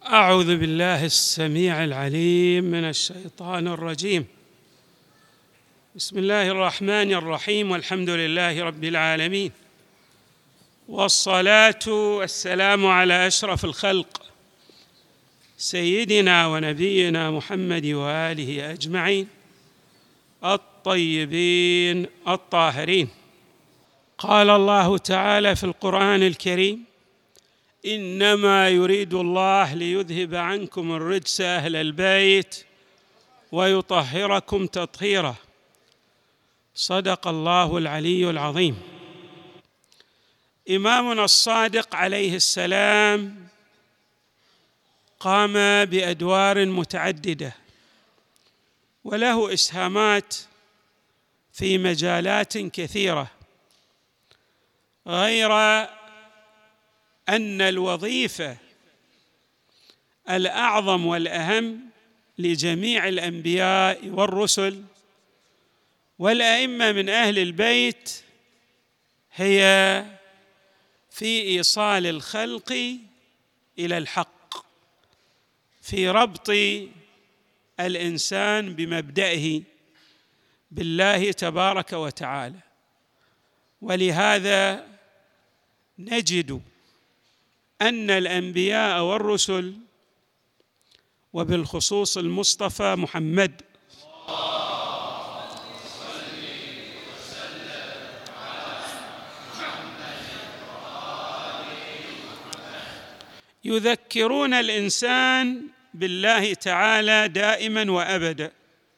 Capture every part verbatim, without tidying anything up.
أعوذ بالله السميع العليم من الشيطان الرجيم. بسم الله الرحمن الرحيم، والحمد لله رب العالمين، والصلاة والسلام على أشرف الخلق سيدنا ونبينا محمد وآله أجمعين الطيبين الطاهرين. قال الله تعالى في القرآن الكريم: إنما يريد الله ليذهب عنكم الرجس أهل البيت ويطهركم تطهيرا. صدق الله العلي العظيم. إمامنا الصادق عليه السلام قام بأدوار متعددة وله إسهامات في مجالات كثيرة، غير أن الوظيفة الأعظم والأهم لجميع الأنبياء والرسل والأئمة من أهل البيت هي في إيصال الخلق إلى الحق، في ربط الإنسان بمبدئه بالله تبارك وتعالى. ولهذا نجد أن الأنبياء والرسل وبالخصوص المصطفى محمد يذكرون الإنسان بالله تعالى دائما وأبدا،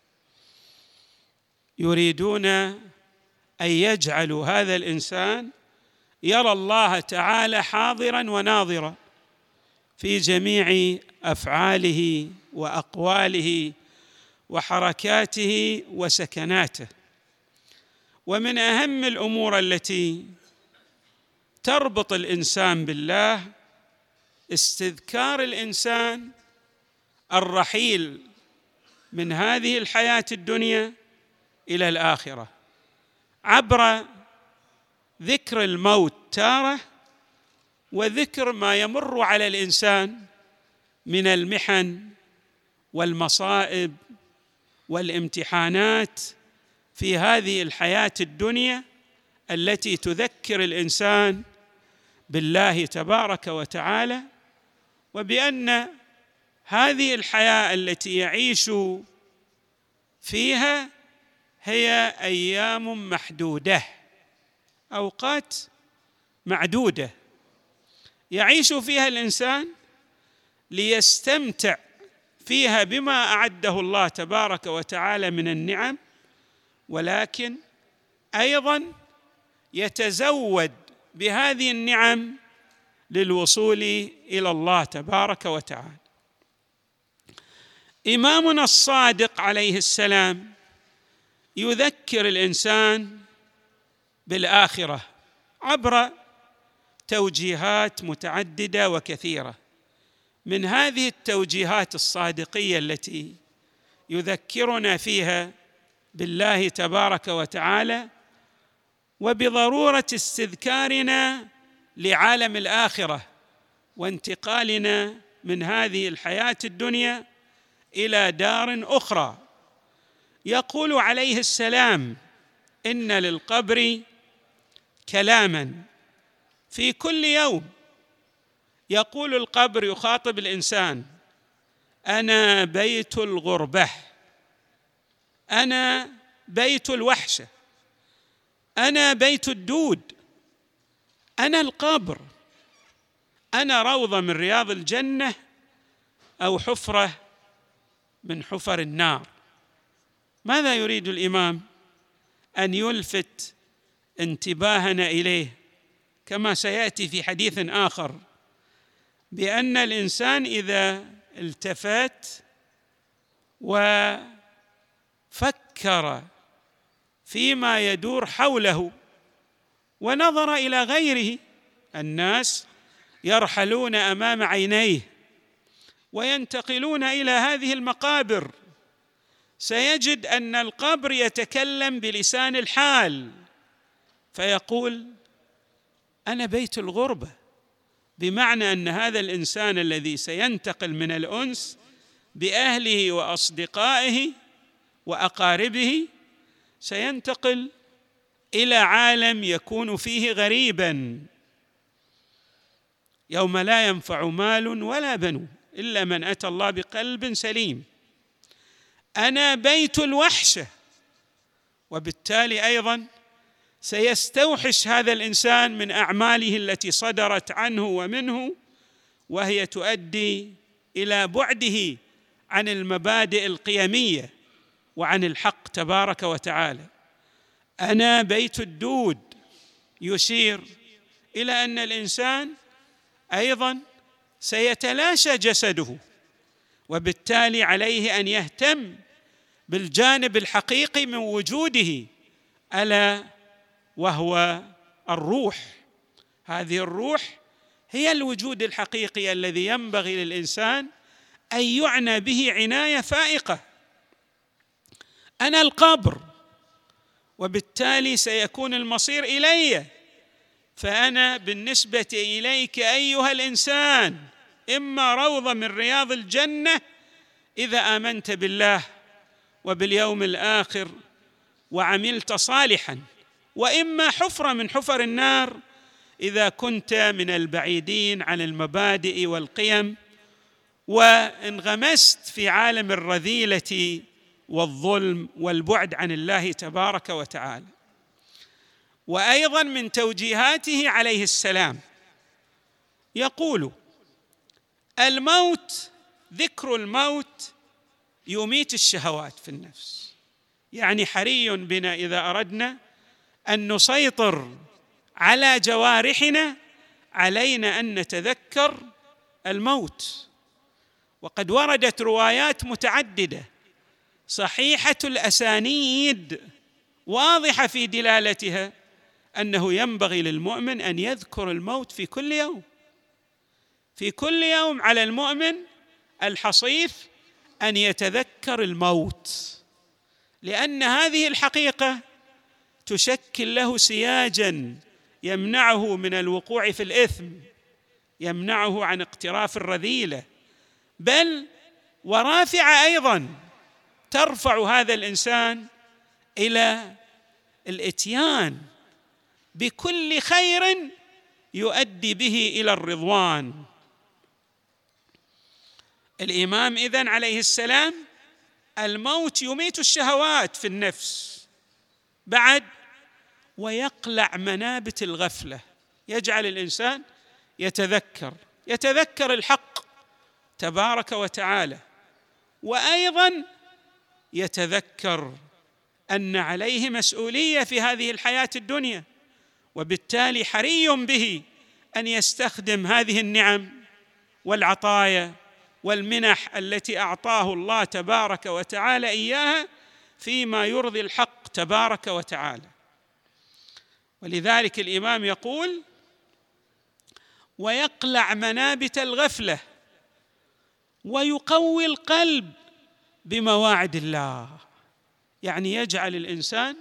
يريدون أن يجعلوا هذا الإنسان يرى الله تعالى حاضراً وناظراً في جميع أفعاله وأقواله وحركاته وسكناته. ومن أهم الأمور التي تربط الإنسان بالله استذكار الإنسان الرحيل من هذه الحياة الدنيا إلى الآخرة عبر ذكر الموت تارة، وذكر ما يمر على الإنسان من المحن والمصائب والامتحانات في هذه الحياة الدنيا التي تذكر الإنسان بالله تبارك وتعالى، وبأن هذه الحياة التي يعيش فيها هي أيام محدودة، أوقات معدودة يعيش فيها الإنسان ليستمتع فيها بما أعده الله تبارك وتعالى من النعم، ولكن أيضاً يتزود بهذه النعم للوصول إلى الله تبارك وتعالى. إمامنا الصادق عليه السلام يذكر الإنسان بالآخرة عبر توجيهات متعددة وكثيرة. من هذه التوجيهات الصادقية التي يذكرنا فيها بالله تبارك وتعالى وبضرورة استذكارنا لعالم الآخرة وانتقالنا من هذه الحياة الدنيا إلى دار أخرى. يقول عليه السلام: إن للقبر كلاما في كل يوم. يقول القبر، يخاطب الإنسان: أنا بيت الغربة، أنا بيت الوحشة، أنا بيت الدود، أنا القبر، أنا روضة من رياض الجنة أو حفرة من حفر النار. ماذا يريد الإمام؟ أن يلفت انتباهنا إليه كما سيأتي في حديث آخر، بأن الإنسان إذا التفت وفكر فيما يدور حوله ونظر إلى غيره، الناس يرحلون أمام عينيه وينتقلون إلى هذه المقابر، سيجد أن القبر يتكلم بلسان الحال فيقول: أنا بيت الغربة، بمعنى أن هذا الإنسان الذي سينتقل من الأنس بأهله وأصدقائه وأقاربه سينتقل إلى عالم يكون فيه غريباً، يوم لا ينفع مال ولا بنون إلا من أتى الله بقلب سليم. أنا بيت الوحشة، وبالتالي أيضاً سيستوحش هذا الإنسان من أعماله التي صدرت عنه ومنه، وهي تؤدي إلى بعده عن المبادئ القيمية وعن الحق تبارك وتعالى. أنا بيت الدود يشير إلى أن الإنسان أيضاً سيتلاشى جسده، وبالتالي عليه أن يهتم بالجانب الحقيقي من وجوده، ألا وهو الروح. هذه الروح هي الوجود الحقيقي الذي ينبغي للإنسان أن يعنى به عناية فائقة. أنا القبر، وبالتالي سيكون المصير إلي، فأنا بالنسبة إليك أيها الإنسان إما روضة من رياض الجنة إذا آمنت بالله وباليوم الآخر وعملت صالحاً، وإما حفرة من حفر النار إذا كنت من البعيدين عن المبادئ والقيم وانغمست في عالم الرذيلة والظلم والبعد عن الله تبارك وتعالى. وأيضاً من توجيهاته عليه السلام يقول: الموت، ذكر الموت يميت الشهوات في النفس. يعني حري بنا إذا أردنا أن نسيطر على جوارحنا علينا أن نتذكر الموت. وقد وردت روايات متعددة صحيحة الأسانيد واضحة في دلالتها أنه ينبغي للمؤمن أن يذكر الموت في كل يوم. في كل يوم على المؤمن الحصيف أن يتذكر الموت، لأن هذه الحقيقة تشكل له سياجاً يمنعه من الوقوع في الإثم، يمنعه عن اقتراف الرذيلة، بل ورافعة أيضاً ترفع هذا الإنسان إلى الإتيان بكل خير يؤدي به إلى الرضوان. الإمام إذن عليه السلام: الموت يميت الشهوات في النفس، بعد ويقلع منابت الغفلة، يجعل الإنسان يتذكر يتذكر الحق تبارك وتعالى، وأيضاً يتذكر أن عليه مسؤولية في هذه الحياة الدنيا، وبالتالي حري به أن يستخدم هذه النعم والعطايا والمنح التي أعطاه الله تبارك وتعالى إياها فيما يرضي الحق تبارك وتعالى. ولذلك الإمام يقول: ويقلع منابت الغفلة ويقوي القلب بمواعد الله. يعني يجعل الإنسان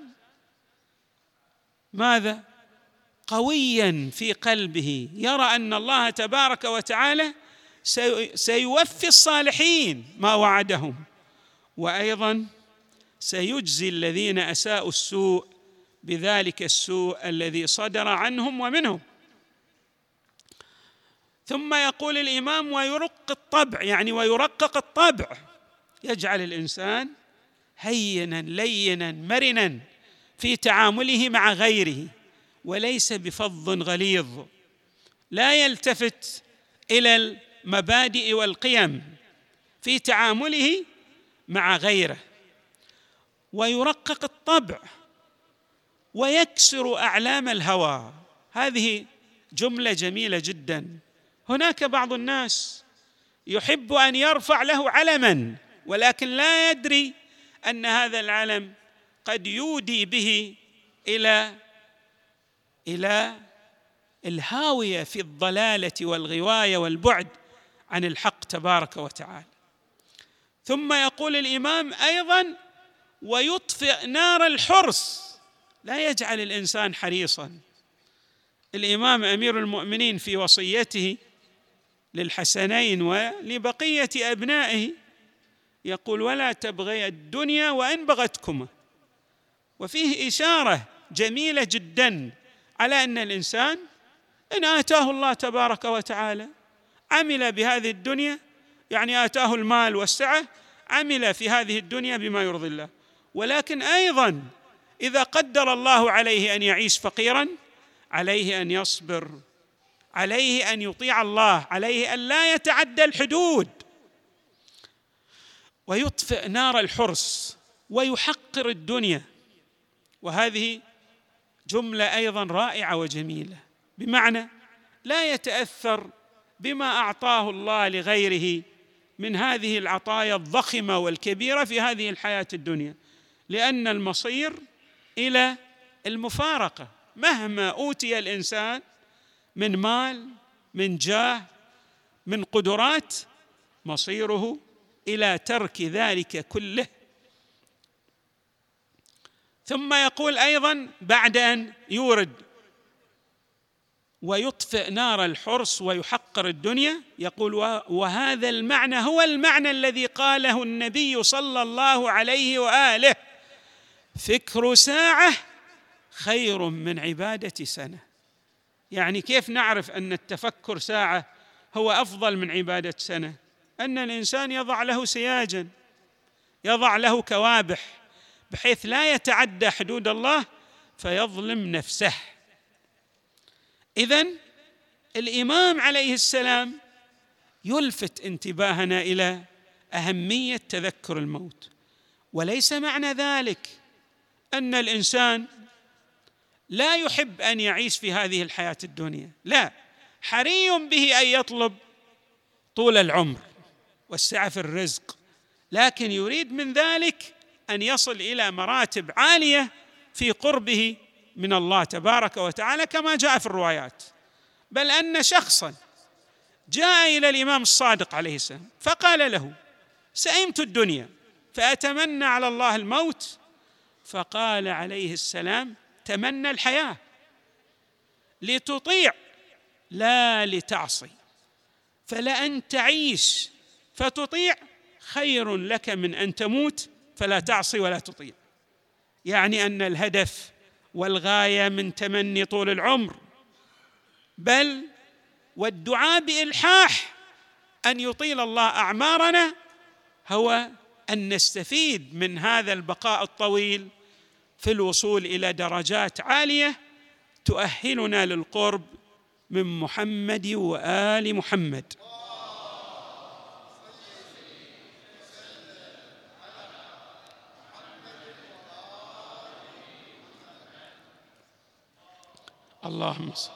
ماذا؟ قوياً في قلبه، يرى أن الله تبارك وتعالى سيوفي الصالحين ما وعدهم، وأيضاً سيجزي الذين أساءوا السوء بذلك السوء الذي صدر عنهم ومنهم. ثم يقول الإمام: ويرق الطبع، يعني ويرقق الطبع، يجعل الإنسان هيناً ليناً مرناً في تعامله مع غيره، وليس بفظ غليظ، لا يلتفت إلى المبادئ والقيم في تعامله مع غيره. ويرقق الطبع ويكسر أعلام الهوى. هذه جملة جميلة جداً. هناك بعض الناس يحب أن يرفع له علماً، ولكن لا يدري أن هذا العلم قد يودي به إلى إلى الهاوية في الضلالة والغواية والبعد عن الحق تبارك وتعالى. ثم يقول الإمام أيضاً: ويطفئ نار الحرص، لا يجعل الإنسان حريصاً. الإمام أمير المؤمنين في وصيته للحسنين ولبقية أبنائه، يقول: ولا تبغي الدنيا وإن بغتكما. وفيه إشارة جميلة جدا على أن الإنسان إن آتاه الله تبارك وتعالى عمل بهذه الدنيا، يعني آتاه المال والسعة، عمل في هذه الدنيا بما يرضي الله. ولكن أيضا إذا قدر الله عليه أن يعيش فقيرا، عليه أن يصبر، عليه أن يطيع الله، عليه أن لا يتعدى الحدود ويطفئ نار الحرص ويحقر الدنيا. وهذه جملة أيضا رائعة وجميلة، بمعنى لا يتأثر بما أعطاه الله لغيره من هذه العطايا الضخمة والكبيرة في هذه الحياة الدنيا، لأن المصير إلى المفارقة. مهما أوتي الإنسان من مال، من جاه، من قدرات، مصيره إلى ترك ذلك كله. ثم يقول أيضا بعد أن يورد ويطفئ نار الحرص ويحقر الدنيا، يقول: وهذا المعنى هو المعنى الذي قاله النبي صلى الله عليه وآله: فكر ساعة خير من عبادة سنة. يعني كيف نعرف أن التفكر ساعة هو أفضل من عبادة سنة؟ أن الإنسان يضع له سياجا، يضع له كوابح، بحيث لا يتعدى حدود الله فيظلم نفسه. إذن الإمام عليه السلام يلفت انتباهنا إلى أهمية تذكر الموت. وليس معنى ذلك أن الإنسان لا يحب أن يعيش في هذه الحياة الدنيا، لا، حري به أن يطلب طول العمر والسعة في الرزق، لكن يريد من ذلك أن يصل إلى مراتب عالية في قربه من الله تبارك وتعالى، كما جاء في الروايات. بل أن شخصاً جاء إلى الإمام الصادق عليه السلام فقال له: سئمت الدنيا فأتمنى على الله الموت. فقال عليه السلام: تمنى الحياة لتطيع لا لتعصي، فلأن تعيش فتطيع خير لك من أن تموت فلا تعصي ولا تطيع. يعني أن الهدف والغاية من تمني طول العمر، بل والدعاء بإلحاح أن يطيل الله أعمارنا، هو أن نستفيد من هذا البقاء الطويل في الوصول إلى درجات عالية تؤهلنا للقرب من محمد وآل محمد. اللهم صل.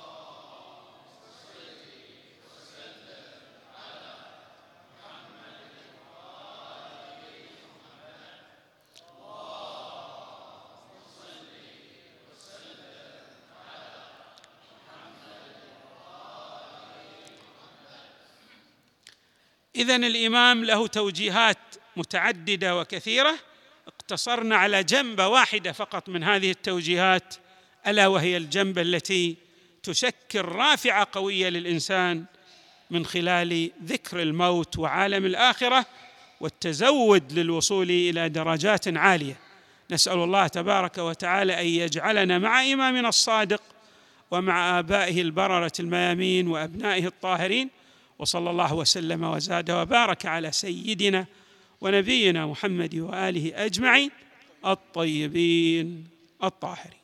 إذن الإمام له توجيهات متعددة وكثيرة، اقتصرنا على جنبة واحدة فقط من هذه التوجيهات، ألا وهي الجنبة التي تشكل رافعة قوية للإنسان من خلال ذكر الموت وعالم الآخرة والتزود للوصول إلى درجات عالية. نسأل الله تبارك وتعالى أن يجعلنا مع إمامنا الصادق ومع آبائه البررة الميامين وأبنائه الطاهرين، وصلى الله وسلم وزاد وبارك على سيدنا ونبينا محمد وآله أجمعين الطيبين الطاهرين.